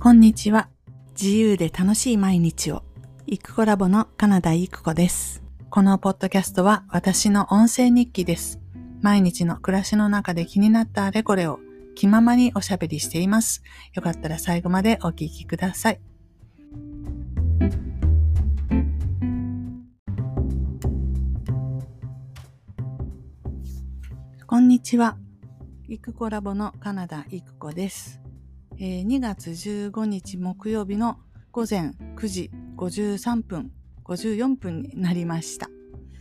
こんにちは。自由で楽しい毎日を。イクコラボのカナダイクコです。このポッドキャストは私の音声日記です。毎日の暮らしの中で気になったあれこれを気ままにおしゃべりしています。よかったら最後までお聞きください。こんにちは。イクコラボのカナダイクコです。2月15日木曜日の午前9時53分、54分になりました。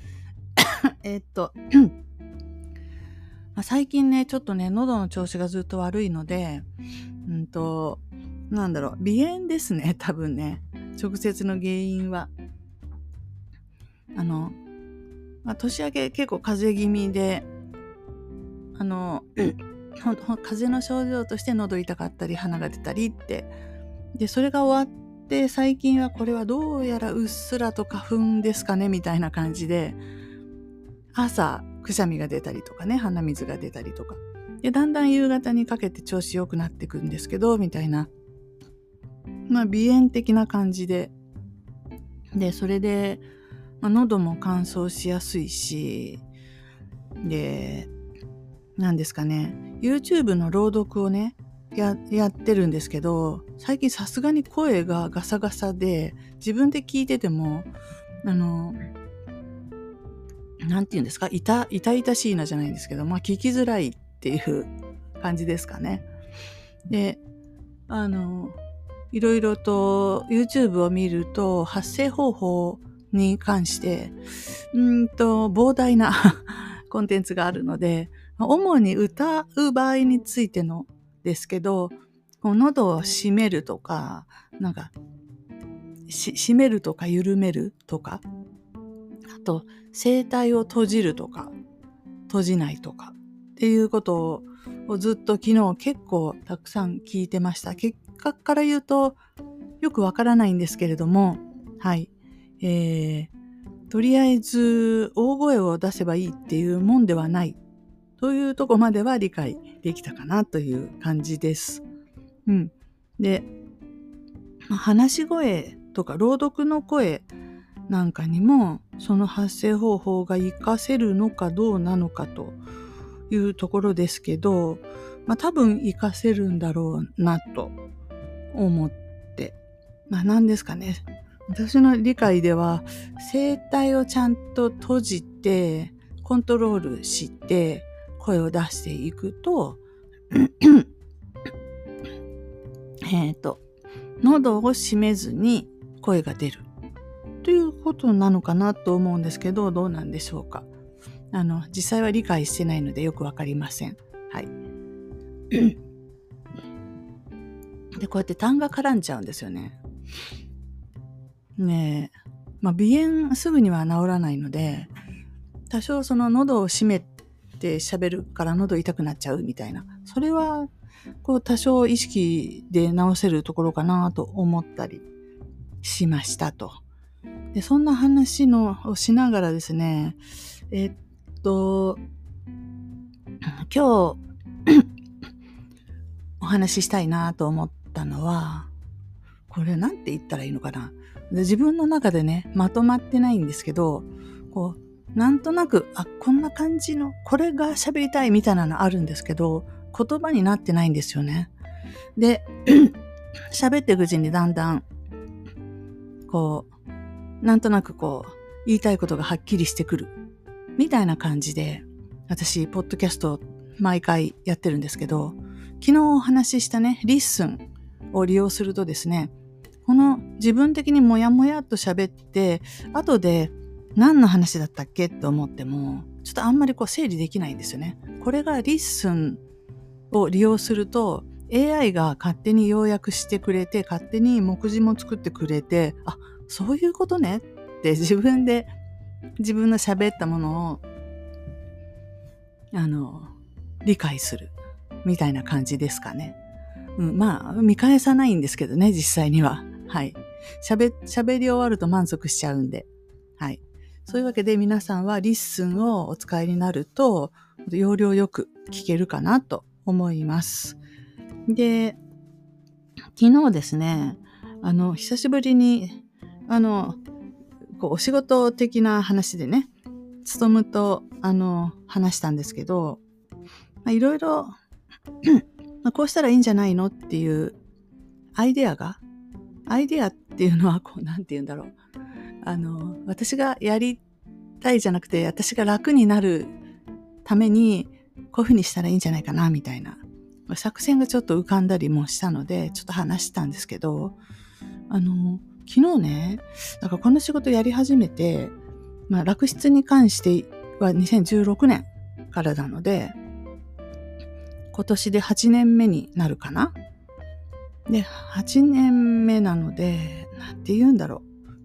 最近ね、ちょっとね、喉の調子がずっと悪いので、鼻炎ですね、多分ね。直接の原因は。年明け結構風邪気味で、風邪の症状として喉痛かったり鼻が出たりってでそれが終わって最近はこれはどうやらうっすらと花粉ですかねみたいな感じで朝くしゃみが出たりとかね鼻水が出たりとかでだんだん夕方にかけて調子良くなってくんですけどみたいな鼻炎的な感じでそれで、喉も乾燥しやすいしでなんですかね YouTube の朗読をねやってるんですけど最近さすがに声がガサガサで自分で聞いててもなんていうんですか痛々しいなじゃないんですけど聞きづらいっていう感じですかね。でいろいろと YouTube を見ると発声方法に関して膨大なコンテンツがあるので主に歌う場合についてのですけど、喉を締めるとか、締めるとか緩めるとか、あと声帯を閉じるとか、閉じないとかっていうことをずっと昨日結構たくさん聞いてました。結果から言うとよくわからないんですけれども、はい。とりあえず大声を出せばいいっていうもんではないというとこまでは理解できたかなという感じです。で、話し声とか朗読の声なんかにもその発声方法が活かせるのかどうなのかというところですけど、多分活かせるんだろうなと思って、何ですかね。私の理解では声帯をちゃんと閉じてコントロールして声を出していくと喉を閉めずに声が出るということなのかなと思うんですけどどうなんでしょうか。実際は理解してないのでよくわかりません。はい。でこうやって痰が絡んじゃうんですよね。ねえ、鼻炎すぐには治らないので多少その喉を閉めて喋るから喉痛くなっちゃうみたいなそれはこう多少意識で治せるところかなと思ったりしましたと。でそんな話をしながらですね今日お話ししたいなと思ったのはこれなんて言ったらいいのかな。で自分の中でねまとまってないんですけどこうなんとなくこんな感じのこれが喋りたいみたいなのあるんですけど言葉になってないんですよね。で喋っていくうちにだんだんこうなんとなくこう言いたいことがはっきりしてくるみたいな感じで私ポッドキャスト毎回やってるんですけど昨日お話ししたねリッスンを利用するとですねこの自分的にもやもやっと喋って後で何の話だったっけと思ってもちょっとあんまりこう整理できないんですよね。これがリッスンを利用すると AI が勝手に要約してくれて勝手に目次も作ってくれてそういうことねって自分の喋ったものを理解するみたいな感じですかね。見返さないんですけどね実際には。はい喋り終わると満足しちゃうんで。はい。そういうわけで皆さんはリッスンをお使いになると要領よく聞けるかなと思います。で、 昨日ですね、久しぶりに、お仕事的な話でね、勤と、話したんですけど、いろいろ、こうしたらいいんじゃないのっていうアイデアっていうのは、なんて言うんだろう。私がやりたいじゃなくて、私が楽になるために、こういうふうにしたらいいんじゃないかな、みたいな。作戦がちょっと浮かんだりもしたので、ちょっと話したんですけど、昨日ね、だからこの仕事やり始めて、楽室に関しては2016年からなので、今年で8年目になるかな。で、8年目なので、なんて言うんだろ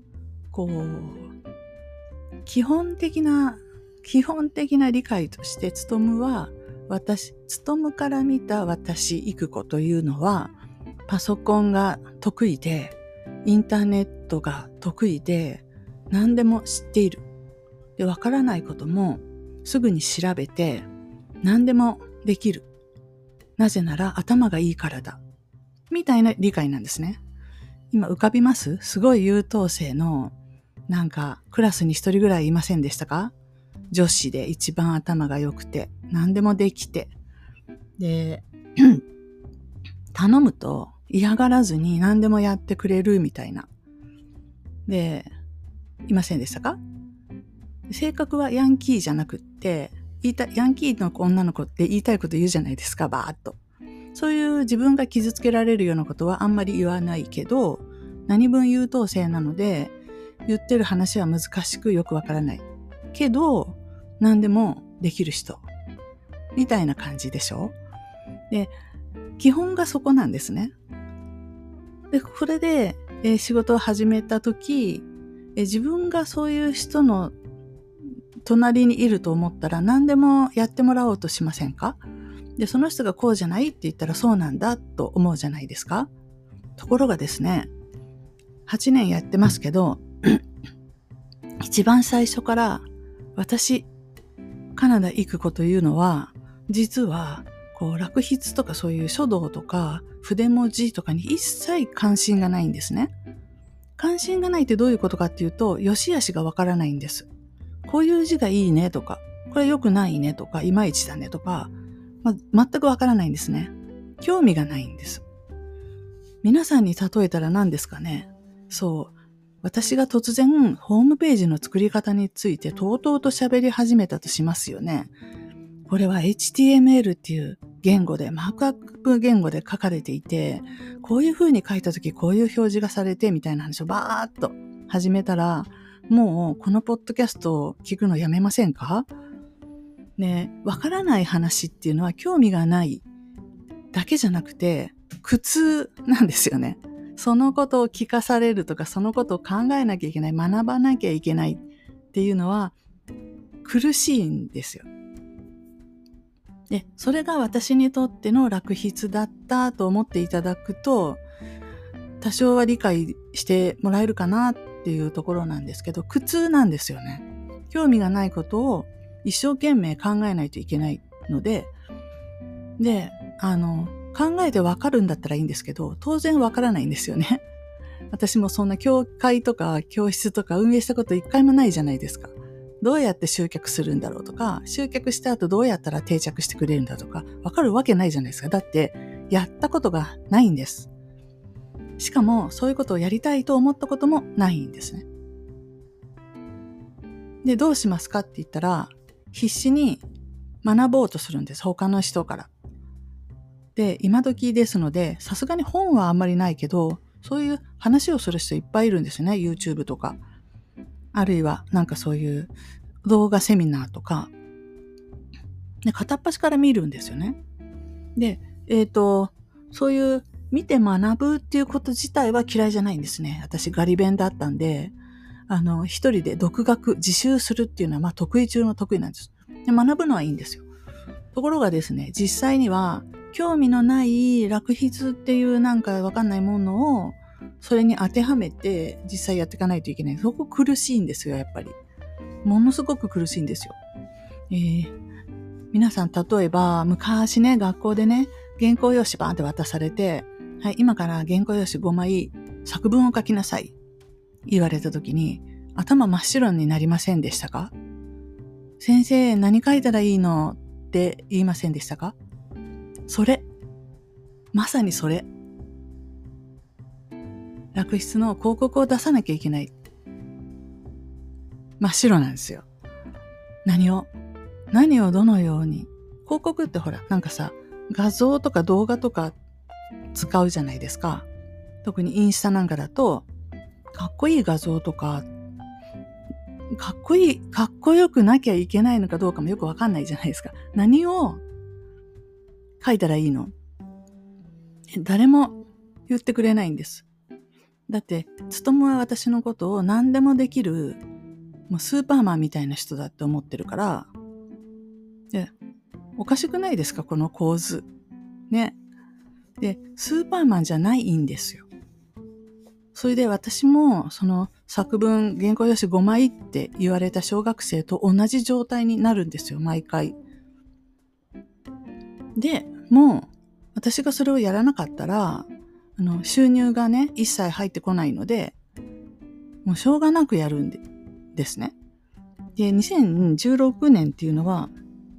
う。基本的な理解として、勤から見た私、育子というのは、パソコンが得意で、インターネットが得意で、何でも知っている。で、わからないこともすぐに調べて、何でもできる。なぜなら頭がいいからだ。みたいな理解なんですね。今浮かびます？すごい優等生の、クラスに一人ぐらいいませんでしたか？女子で一番頭が良くて、何でもできて。で、頼むと嫌がらずに何でもやってくれるみたいな。で、いませんでしたか？性格はヤンキーじゃなくって、ヤンキーの女の子って言いたいこと言うじゃないですか、バーっと。そういう自分が傷つけられるようなことはあんまり言わないけど、何分優等生なので、言ってる話は難しくよくわからない。けど、何でもできる人。みたいな感じでしょ？で、基本がそこなんですね。で、これで、仕事を始めたとき、自分がそういう人の隣にいると思ったら何でもやってもらおうとしませんか？で、その人がこうじゃないって言ったらそうなんだと思うじゃないですか。ところがですね、8年やってますけど、一番最初から私、カナダ行く子というのは、実は落筆とかそういう書道とか筆文字とかに一切関心がないんですね。関心がないってどういうことかっていうと、良し悪しがわからないんです。こういう字がいいねとか、これ良くないねとか、いまいちだねとか、全くわからないんですね。興味がないんです。皆さんに例えたら何ですかね。そう。私が突然ホームページの作り方についてとうとうと喋り始めたとしますよね。これは HTML っていう言語で、マークアップ言語で書かれていて、こういう風に書いたときこういう表示がされてみたいな話をバーっと始めたら、もうこのポッドキャストを聞くのやめませんか？ね、わからない話っていうのは興味がないだけじゃなくて苦痛なんですよね。そのことを聞かされるとか、そのことを考えなきゃいけない、学ばなきゃいけないっていうのは苦しいんですよ。で、それが私にとっての楽筆だったと思っていただくと、多少は理解してもらえるかなっていうところなんですけど、苦痛なんですよね。興味がないことを一生懸命考えないといけないので、考えてわかるんだったらいいんですけど、当然わからないんですよね。私もそんな教会とか教室とか運営したこと一回もないじゃないですか。どうやって集客するんだろうとか、集客した後どうやったら定着してくれるんだとか、わかるわけないじゃないですか。だって、やったことがないんです。しかも、そういうことをやりたいと思ったこともないんですね。で、どうしますかって言ったら、必死に学ぼうとするんです。他の人から。で、今時ですので、さすがに本はあんまりないけど、そういう話をする人いっぱいいるんですよね。YouTube とか。あるいは、そういう動画セミナーとか。で、片っ端から見るんですよね。で、そういう見て学ぶっていうこと自体は嫌いじゃないんですね。私ガリ勉だったんで、一人で独学、自習するっていうのは得意中の得意なんです。で、学ぶのはいいんですよ。ところがですね、実際には興味のない楽筆っていうわかんないものをそれに当てはめて実際やっていかないといけない。そこ苦しいんですよ、やっぱり。ものすごく苦しいんですよ。皆さん例えば昔ね、学校でね、原稿用紙バーンって渡されて、 はい、今から原稿用紙5枚作文を書きなさい。言われた時に、頭真っ白になりませんでしたか？先生、何書いたらいいのって言いませんでしたか？それ。まさにそれ。楽室の広告を出さなきゃいけない。真っ白なんですよ。何をどのように。広告ってほら、なんかさ、画像とか動画とか使うじゃないですか。特にインスタなんかだと、かっこいい画像とか、かっこよくなきゃいけないのかどうかもよくわかんないじゃないですか。何を書いたらいいの？誰も言ってくれないんです。だって、つとむは私のことを何でもできる、もうスーパーマンみたいな人だって思ってるから、で、おかしくないですか、この構図。ね。で、スーパーマンじゃないんですよ。それで私も、その作文、原稿用紙5枚って言われた小学生と同じ状態になるんですよ、毎回。で、もう、私がそれをやらなかったら、収入がね、一切入ってこないので、もうしょうがなくやるんですね。で、2016年っていうのは、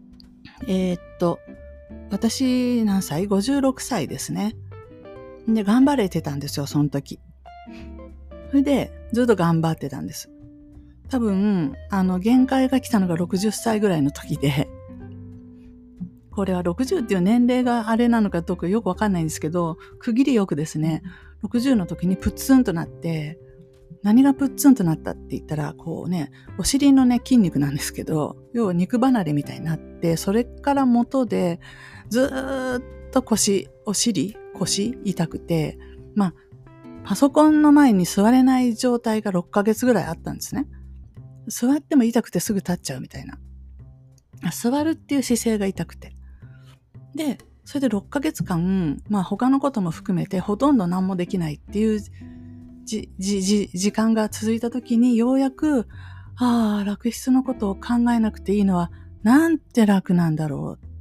私何歳 ?56 歳ですね。で、頑張れてたんですよ、その時。それで、ずっと頑張ってたんです。多分、限界が来たのが60歳ぐらいの時で、これは60っていう年齢があれなのかどうかよくわかんないんですけど、区切りよくですね、60の時にプッツンとなって、何がプッツンとなったって言ったら、こうね、お尻のね、筋肉なんですけど、要は肉離れみたいになって、それから元で、ずーっと腰痛くて、パソコンの前に座れない状態が6ヶ月ぐらいあったんですね。座っても痛くてすぐ立っちゃうみたいな。座るっていう姿勢が痛くて。で、それで6ヶ月間、他のことも含めてほとんど何もできないっていう時間が続いた時にようやく、楽室のことを考えなくていいのはなんて楽なんだろうって。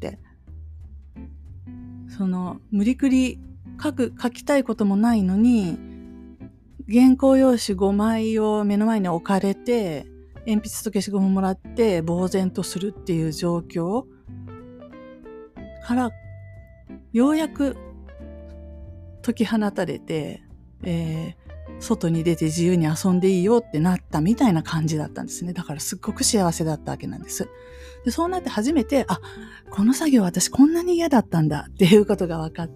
無理くり書きたいこともないのに、原稿用紙5枚を目の前に置かれて、鉛筆と消しゴムもらって呆然とするっていう状況から、ようやく解き放たれて、外に出て自由に遊んでいいよってなったみたいな感じだったんですね。だからすっごく幸せだったわけなんです。で、そうなって初めて、この作業私こんなに嫌だったんだっていうことが分かって、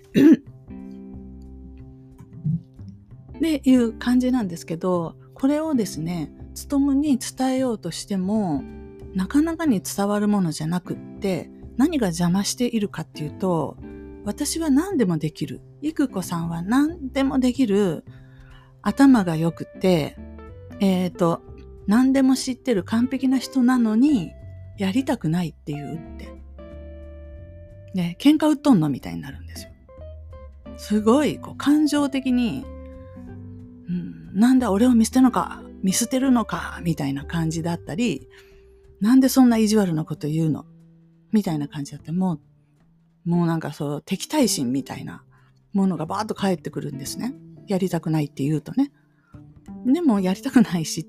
で、いう感じなんですけど、これをですね、つとむに伝えようとしても、なかなかに伝わるものじゃなくって、何が邪魔しているかっていうと、私は何でもできる。いくこさんは何でもできる。頭が良くて、何でも知ってる完璧な人なのに、やりたくないっていうって。ね、喧嘩売っとんのみたいになるんですよ。すごい、感情的に、なんだ俺を見捨てるのか、みたいな感じだったり、なんでそんな意地悪なこと言うのみたいな感じだって、もうなんか敵対心みたいなものがバーッと返ってくるんですね。やりたくないって言うとね。でもやりたくないし、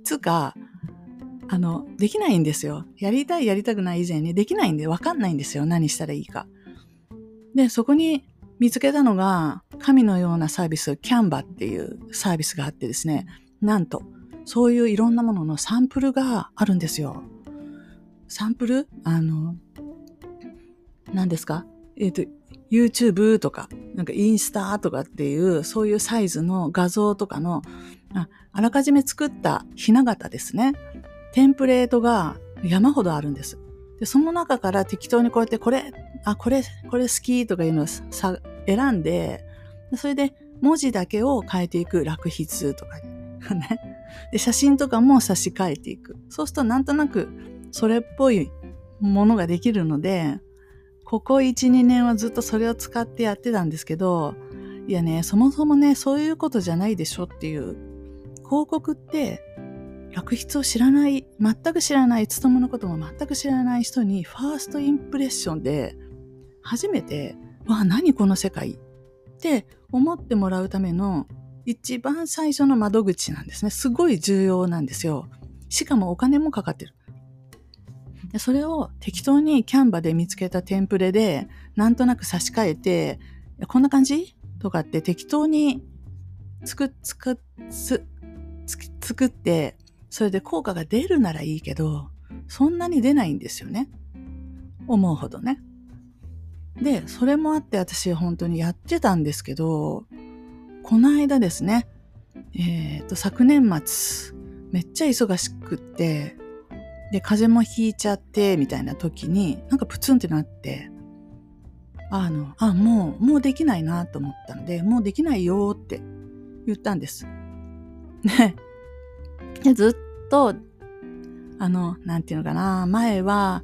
できないんですよ。やりたい、やりたくない以前にできないんで分かんないんですよ。何したらいいか。で、そこに見つけたのが、神のようなサービス、キャンバっていうサービスがあってですね、なんと、そういういろんなもののサンプルがあるんですよ。サンプル？何ですか？YouTube とか、なんかインスタとかっていう、そういうサイズの画像とかの、あらかじめ作ったひな形ですね。テンプレートが山ほどあるんです。で、その中から適当にこうやってこれ好きとかいうのを選んで、それで文字だけを変えていく楽筆とかね。で、写真とかも差し替えていく。そうするとなんとなくそれっぽいものができるので、ここ 1,2 年はずっとそれを使ってやってたんですけど、いやね、そもそもね、そういうことじゃないでしょっていう。広告って、楽筆を全く知らない、つとむのことも全く知らない人に、ファーストインプレッションで、初めて、何この世界っって思ってもらうための一番最初の窓口なんですね。すごい重要なんですよ。しかもお金もかかってる。でそれを適当にキャンバで見つけたテンプレでなんとなく差し替えて、こんな感じとかって適当に作って、それで効果が出るならいいけど、そんなに出ないんですよね。思うほどね。で、それもあって私本当にやってたんですけど、この間ですね、昨年末、めっちゃ忙しくって、で、風邪もひいちゃって、みたいな時に、なんかプツンってなって、もうできないなと思ったので、もうできないよって言ったんです。で、ずっと、なんていうのかな、前は、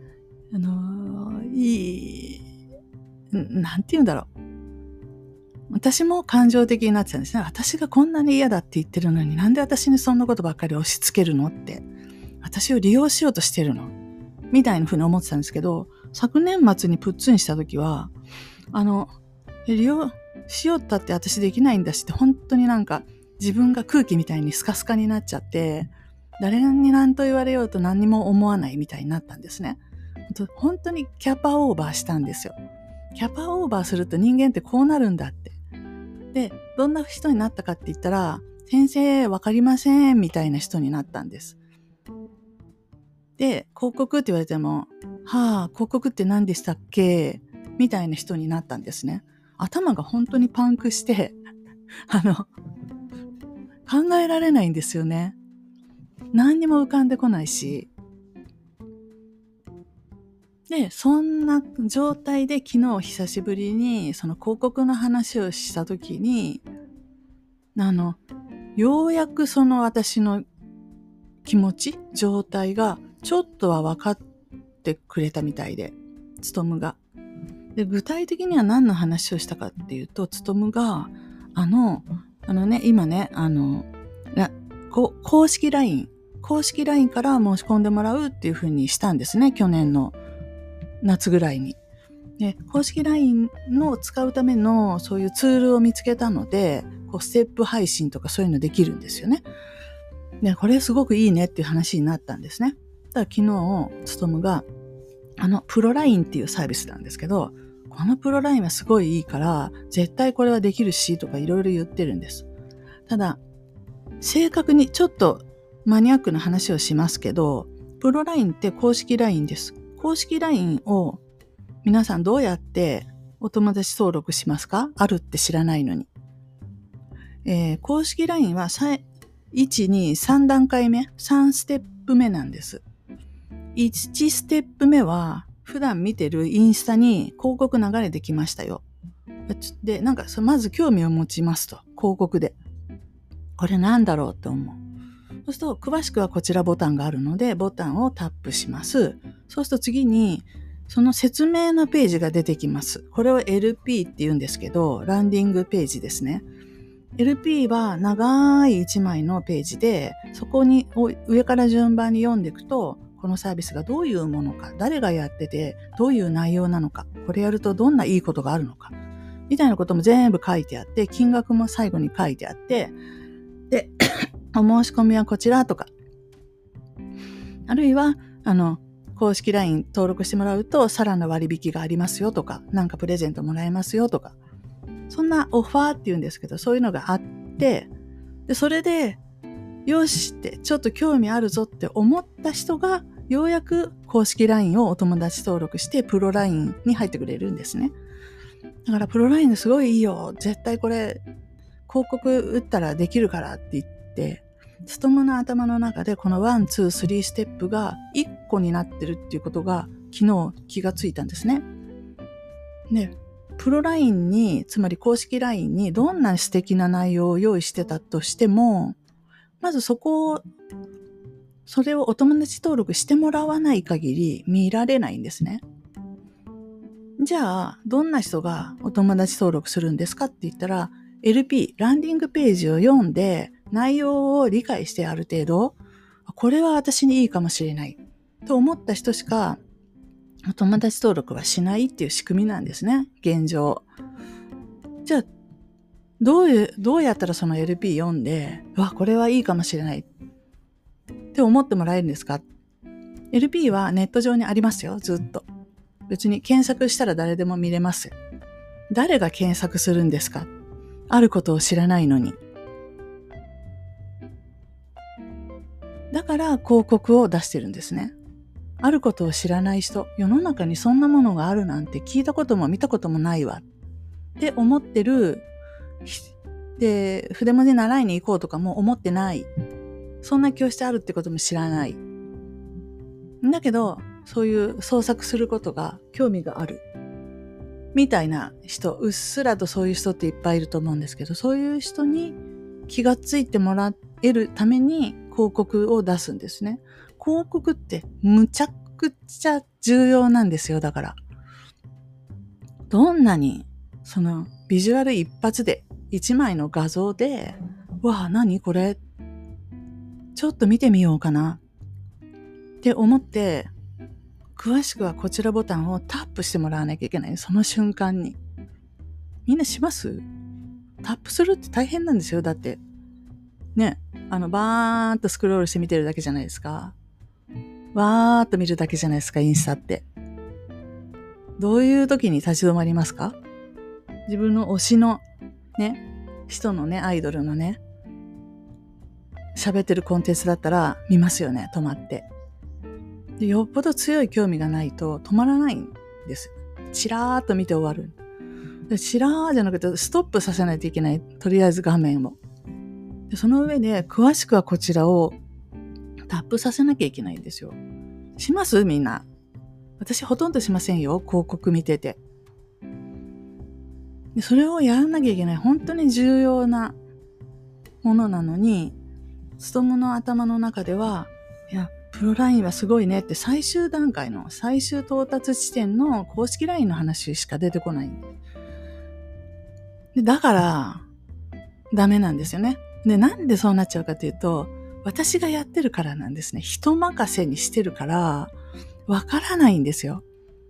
なんていうんだろう。私も感情的になってたんですね。私がこんなに嫌だって言ってるのに、なんで私にそんなことばっかり押し付けるのって。私を利用しようとしてるのみたいな風に思ってたんですけど、昨年末にプッツンした時は、利用しようったって私できないんだしって、本当になんか自分が空気みたいにスカスカになっちゃって、誰に何と言われようと何にも思わないみたいになったんですね。本当にキャパオーバーしたんですよ。キャパオーバーすると人間ってこうなるんだって。で、どんな人になったかって言ったら、先生わかりませんみたいな人になったんです。で、広告って言われても、広告って何でしたっけみたいな人になったんですね。頭が本当にパンクして、考えられないんですよね。何にも浮かんでこないし。で、そんな状態で昨日久しぶりにその広告の話をしたときに、ようやくその私の気持ち、状態がちょっとは分かってくれたみたいで、つとむが。で、具体的には何の話をしたかっていうと、つとむが、今ね、公式 LINE から申し込んでもらうっていう風にしたんですね、去年の夏ぐらいに。で、公式 LINE の使うためのそういうツールを見つけたので、ステップ配信とかそういうのできるんですよね。で、これすごくいいねっていう話になったんですね。だから昨日、つとむが、プロ LINE っていうサービスなんですけど、このプロ LINE はすごいいいから、絶対これはできるし、とかいろいろ言ってるんです。ただ、正確にちょっとマニアックな話をしますけど、プロ LINE って公式 LINE です。公式 LINE を皆さんどうやってお友達登録しますか？あるって知らないのに。公式 LINE は1、2、3段階目、3ステップ目なんです。1ステップ目は、普段見てるインスタに広告流れてきましたよ。で、なんか、まず興味を持ちますと。広告で。これなんだろうって思う。そうすると、詳しくはこちらボタンがあるので、ボタンをタップします。そうすると次に、その説明のページが出てきます。これを LP って言うんですけど、ランディングページですね。LP は長い1枚のページで、そこに上から順番に読んでいくと、このサービスがどういうものか、誰がやってて、どういう内容なのか、これやるとどんないいことがあるのか、みたいなことも全部書いてあって、金額も最後に書いてあって、で、お申し込みはこちらとか、あるいは、公式 LINE 登録してもらうと、さらな割引がありますよとか、なんかプレゼントもらえますよとか、そんなオファーって言うんですけど、そういうのがあって、で、それで、よしって、ちょっと興味あるぞって思った人が、ようやく公式 LINE をお友達登録して、プロ LINE に入ってくれるんですね。だから、プロ LINE すごいいいよ。絶対これ、広告打ったらできるからって言って、つとむの頭の中でこの1、2、3ステップが1個になってるっていうことが昨日気がついたんですね。で、プロ LINE に、つまり公式 LINE にどんな素敵な内容を用意してたとしても、まずそれをお友達登録してもらわない限り見られないんですね。じゃあ、どんな人がお友達登録するんですかって言ったら、LP、ランディングページを読んで、内容を理解してある程度、これは私にいいかもしれないと思った人しか、お友達登録はしないっていう仕組みなんですね、現状。じゃあ、 どうやったらその LP 読んで、これはいいかもしれないって思ってもらえるんですか？ LP はネット上にありますよ、ずっと。別に検索したら誰でも見れます。誰が検索するんですか？あることを知らないのに。だから広告を出してるんですね。あることを知らない人、世の中にそんなものがあるなんて聞いたことも見たこともないわって思ってる。で、筆文字習いに行こうとかも思ってない。そんな教室あるってことも知らない。だけど、そういう創作することが興味がある。みたいな人、うっすらとそういう人っていっぱいいると思うんですけど、そういう人に気がついてもらえるために広告を出すんですね。広告ってむちゃくちゃ重要なんですよ。だから。どんなに、そのビジュアル一発で、一枚の画像で、何これ？ちょっと見てみようかなって思って、詳しくはこちらボタンをタップしてもらわなきゃいけない。その瞬間に。みんなします？タップするって大変なんですよ。だって。ね。バーンとスクロールして見てるだけじゃないですか。わーっと見るだけじゃないですか、インスタって。どういう時に立ち止まりますか？自分の推しのね、人のね、アイドルのね、喋ってるコンテンツだったら見ますよね、止まって。で、よっぽど強い興味がないと止まらないんです。チラーっと見て終わる。で、チラーじゃなくてストップさせないといけない。とりあえず画面を。で、その上で詳しくはこちらをタップさせなきゃいけないんですよ。します？みんな。私ほとんどしませんよ。広告見てて。で、それをやらなきゃいけない。本当に重要なものなのに、ストムの頭の中では、プロラインはすごいねって最終段階の最終到達地点の公式ラインの話しか出てこない。で、だから、ダメなんですよね。で、なんでそうなっちゃうかというと、私がやってるからなんですね。人任せにしてるから、わからないんですよ。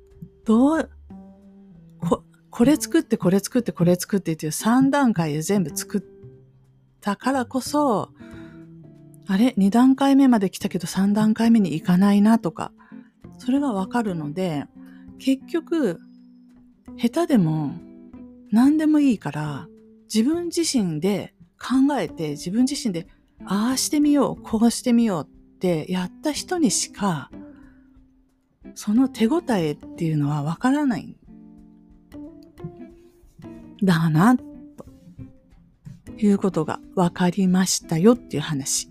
これ作ってこれ作ってこれ作ってっていう3段階で全部作ったからこそ、2段階目まで来たけど3段階目に行かないなとか、それがわかるので、結局、下手でも何でもいいから、自分自身で考えて、自分自身で、ああしてみよう、こうしてみようってやった人にしか、その手応えっていうのはわからないんだな、ということがわかりましたよっていう話。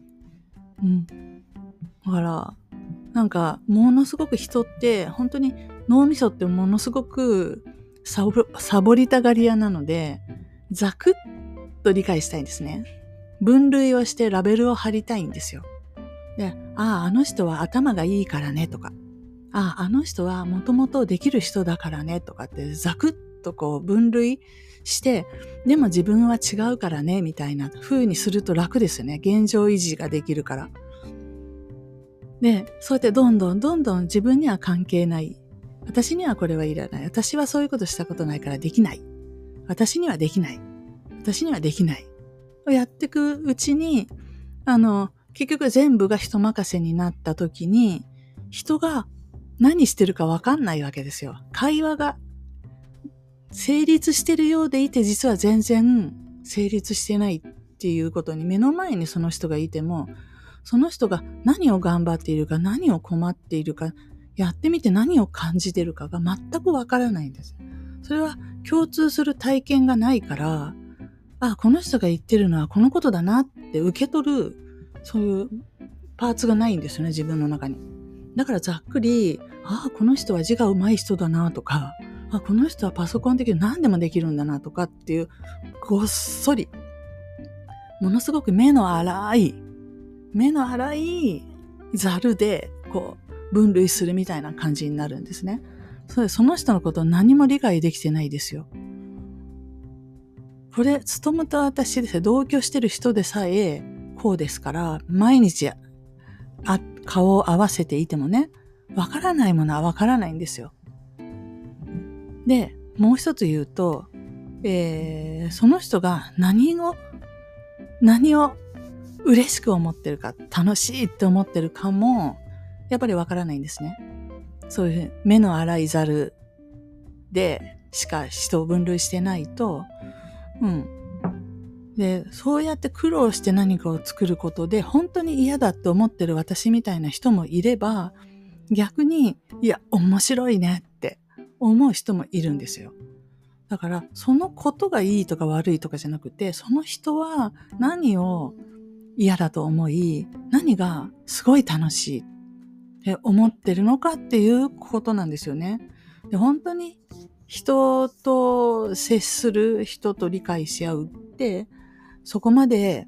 だから、なんか、ものすごく人って、本当に脳みそってものすごくサボりたがり屋なので、ざくっと理解したいんですね。分類をしてラベルを貼りたいんですよ。で、あの人は頭がいいからねとか、あの人はもともとできる人だからねとかってざくっとこう分類して、でも自分は違うからねみたいな風にすると楽ですよね。現状維持ができるから。で、そうやってどんどん自分には関係ない。私にはこれはいらない。私はそういうことしたことないからできない。私にはできない。私にはできない。をやっていくうちに、結局全部が人任せになった時に、人が何してるかわかんないわけですよ。会話が成立してるようでいて、実は全然成立してないっていうことに、目の前にその人がいても、その人が何を頑張っているか、何を困っているか、やってみて何を感じてるかが全くわからないんです。それは共通する体験がないから、この人が言ってるのはこのことだなって受け取る、そういうパーツがないんですよね、自分の中に。だからざっくり、この人は字が上手い人だなとか、この人はパソコン的に何でもできるんだなとかっていう、ごっそり、ものすごく目の粗いザルでこう分類するみたいな感じになるんですね。その人のことを何も理解できてないですよ。これ、つとむと私ですね、同居してる人でさえこうですから、毎日顔を合わせていてもね、わからないものはわからないんですよ。で、もう一つ言うと、 その人が何を嬉しく思ってるか、楽しいって思ってるかも、やっぱりわからないんですね。そういう目の粗いザルでしか人を分類してないと、で、そうやって苦労して何かを作ることで、本当に嫌だって思ってる私みたいな人もいれば、逆に、いや、面白いねって思う人もいるんですよ。だから、そのことがいいとか悪いとかじゃなくて、その人は何を嫌だと思い、何がすごい楽しいって思ってるのかっていうことなんですよね。で、本当に人と接する、人と理解し合うって、そこまで、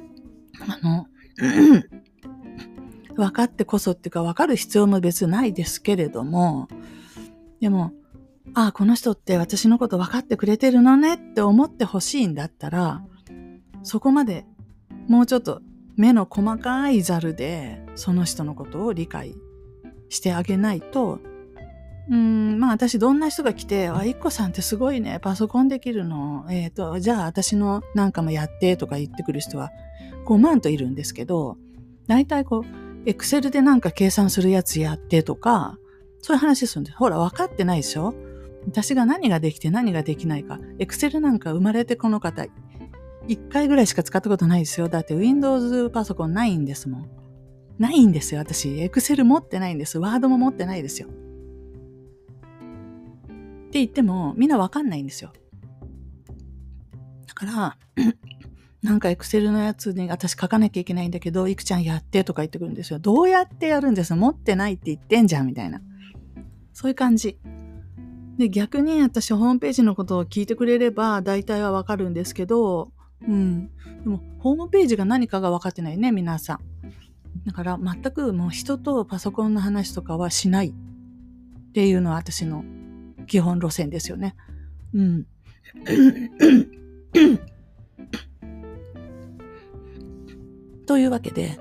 分かってこそっていうか分かる必要も別にないですけれども、でも、この人って私のこと分かってくれてるのねって思ってほしいんだったら、そこまでもうちょっと目の細かいザルでその人のことを理解してあげないと、私どんな人が来て、いっこさんってすごいね、パソコンできるの。じゃあ私のなんかもやってとか言ってくる人は5万といるんですけど、大体エクセルでなんか計算するやつやってとか、そういう話するんです。ほら、分かってないでしょ？私が何ができて何ができないか。エクセルなんか生まれてこの方、1回ぐらいしか使ったことないですよ。だって Windows パソコンないんですもん。ないんですよ、私。エクセル持ってないんです。ワードも持ってないですよ。って言っても、みんなわかんないんですよ。だから、なんかエクセルのやつに私書かなきゃいけないんだけど、いくちゃんやってとか言ってくるんですよ。どうやってやるんです？持ってないって言ってんじゃんみたいな。そういう感じ。で、逆に私ホームページのことを聞いてくれれば大体はわかるんですけど、でもホームページが何かが分かってないね、皆さん。だから全くもう人とパソコンの話とかはしないっていうのは私の基本路線ですよね。というわけで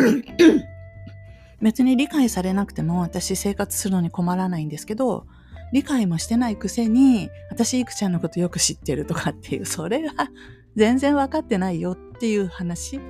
別に理解されなくても私生活するのに困らないんですけど、理解もしてないくせに私いくちゃんのことよく知ってるとかっていう、それは全然分かってないよっていう話。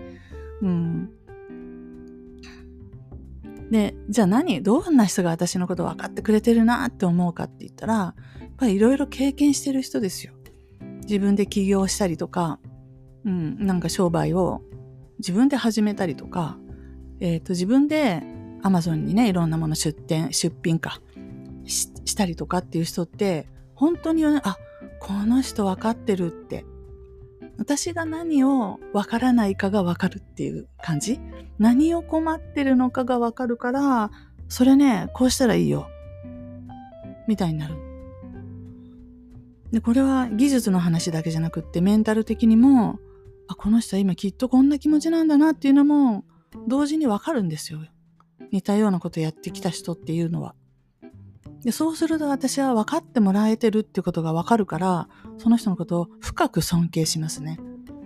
で、じゃあどんな人が私のこと分かってくれてるなって思うかって言ったら、やっぱりいろいろ経験してる人ですよ。自分で起業したりとか、なんか商売を自分で始めたりとか、自分で Amazon にね、いろんなもの出品したりとかっていう人って、本当にこの人分かってるって。私が何を分からないかが分かるっていう感じ？何を困ってるのかが分かるから、それね、こうしたらいいよ。みたいになる。で、これは技術の話だけじゃなくって、メンタル的にも、この人は今きっとこんな気持ちなんだなっていうのも、同時に分かるんですよ。似たようなことやってきた人っていうのは。で、そうすると私は分かってもらえてるってことが分かるから、その人のことを深く尊敬しますね。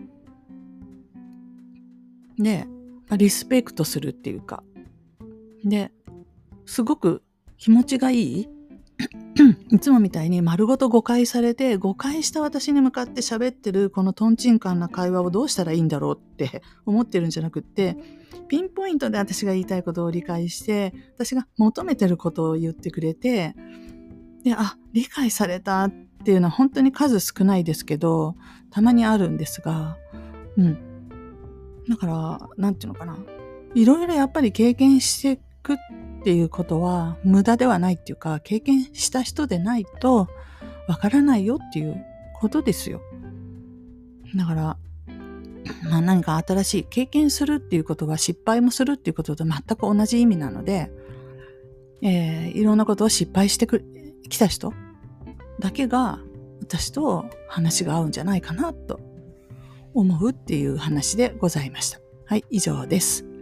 で、リスペクトするっていうか。で、すごく気持ちがいいいつもみたいに丸ごと誤解されて、誤解した私に向かって喋ってるこのトンチンカンな会話をどうしたらいいんだろうって思ってるんじゃなくって、ピンポイントで私が言いたいことを理解して、私が求めてることを言ってくれて、で、理解されたっていうのは本当に数少ないですけど、たまにあるんですが、だから、なんていうのかな。いろいろやっぱり経験していくっていうことは無駄ではないっていうか、経験した人でないとわからないよっていうことですよ。だから、何か新しい経験するっていうことは失敗もするっていうことと全く同じ意味なので、いろんなことを失敗してきた人だけが私と話が合うんじゃないかなと思うっていう話でございました。はい、以上です。